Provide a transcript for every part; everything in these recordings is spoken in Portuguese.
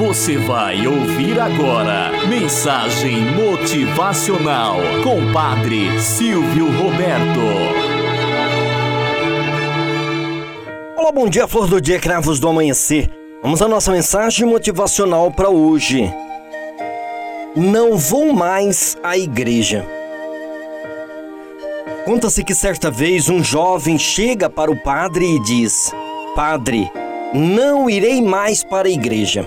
Você vai ouvir agora Mensagem Motivacional com Padre Silvio Roberto. Olá, bom dia, flor do dia, cravos do amanhecer. Vamos à nossa mensagem motivacional para hoje. Não vou mais à igreja. Conta-se que certa vez um jovem chega para o padre e diz: Padre, não irei mais para a igreja.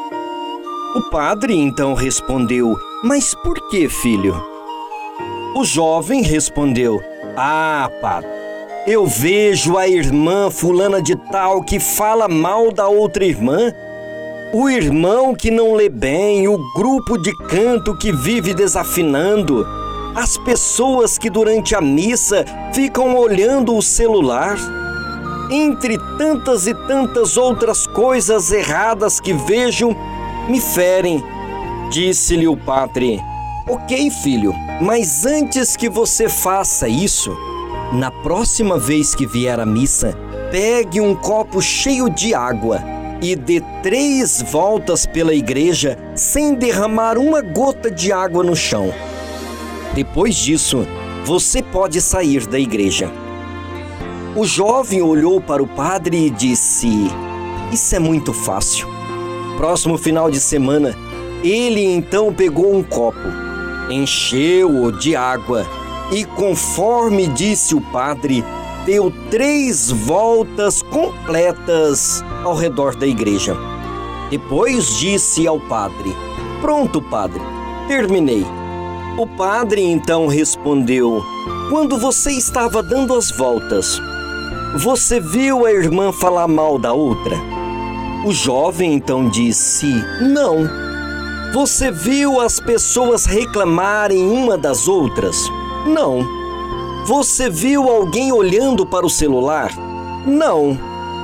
O padre então respondeu: Mas por que, filho? O jovem respondeu: padre, eu vejo a irmã fulana de tal que fala mal da outra irmã, o irmão que não lê bem, o grupo de canto que vive desafinando, as pessoas que durante a missa ficam olhando o celular. Entre tantas e tantas outras coisas erradas que vejo, me ferem. Disse-lhe o padre: Ok, filho, mas antes que você faça isso, na próxima vez que vier à missa, pegue um copo cheio de água e dê 3 voltas pela igreja sem derramar uma gota de água no chão. Depois disso, você pode sair da igreja. O jovem olhou para o padre e disse: Isso é muito fácil. Próximo final de semana, ele então pegou um copo, encheu-o de água e, conforme disse o padre, deu 3 voltas completas ao redor da igreja. Depois disse ao padre: Pronto, padre, terminei. O padre então respondeu: Quando você estava dando as voltas, você viu a irmã falar mal da outra? O jovem então disse: Não. Você viu as pessoas reclamarem uma das outras? Não. Você viu alguém olhando para o celular? Não.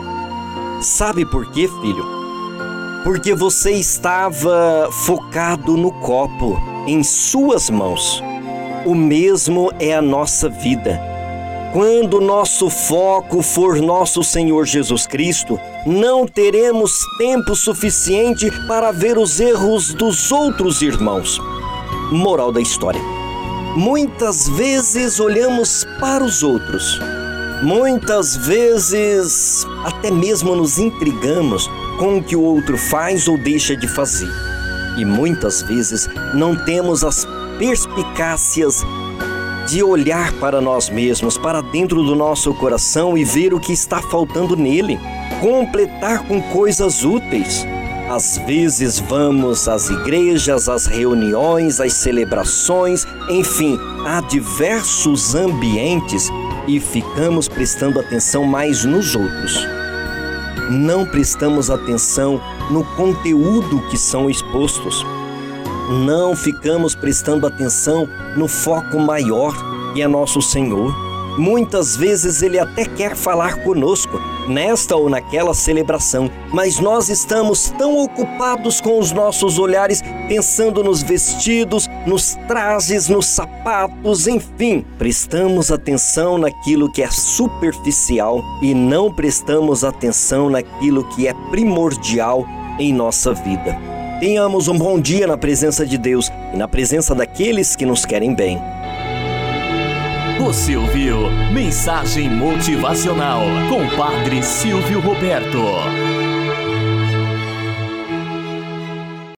Sabe por quê, filho? Porque você estava focado no copo, em suas mãos. O mesmo é a nossa vida. Quando nosso foco for nosso Senhor Jesus Cristo, não teremos tempo suficiente para ver os erros dos outros irmãos. Moral da história: muitas vezes olhamos para os outros. Muitas vezes até mesmo nos intrigamos com o que o outro faz ou deixa de fazer. E muitas vezes não temos as perspicácias de olhar para nós mesmos, para dentro do nosso coração e ver o que está faltando nele, completar com coisas úteis. Às vezes vamos às igrejas, às reuniões, às celebrações, enfim, há diversos ambientes e ficamos prestando atenção mais nos outros. Não prestamos atenção no conteúdo que são expostos. Não ficamos prestando atenção no foco maior, que é nosso Senhor. Muitas vezes Ele até quer falar conosco, nesta ou naquela celebração, mas nós estamos tão ocupados com os nossos olhares, pensando nos vestidos, nos trajes, nos sapatos, enfim. Prestamos atenção naquilo que é superficial e não prestamos atenção naquilo que é primordial em nossa vida. Tenhamos um bom dia na presença de Deus e na presença daqueles que nos querem bem. Você ouviu Mensagem Motivacional com Padre Silvio Roberto.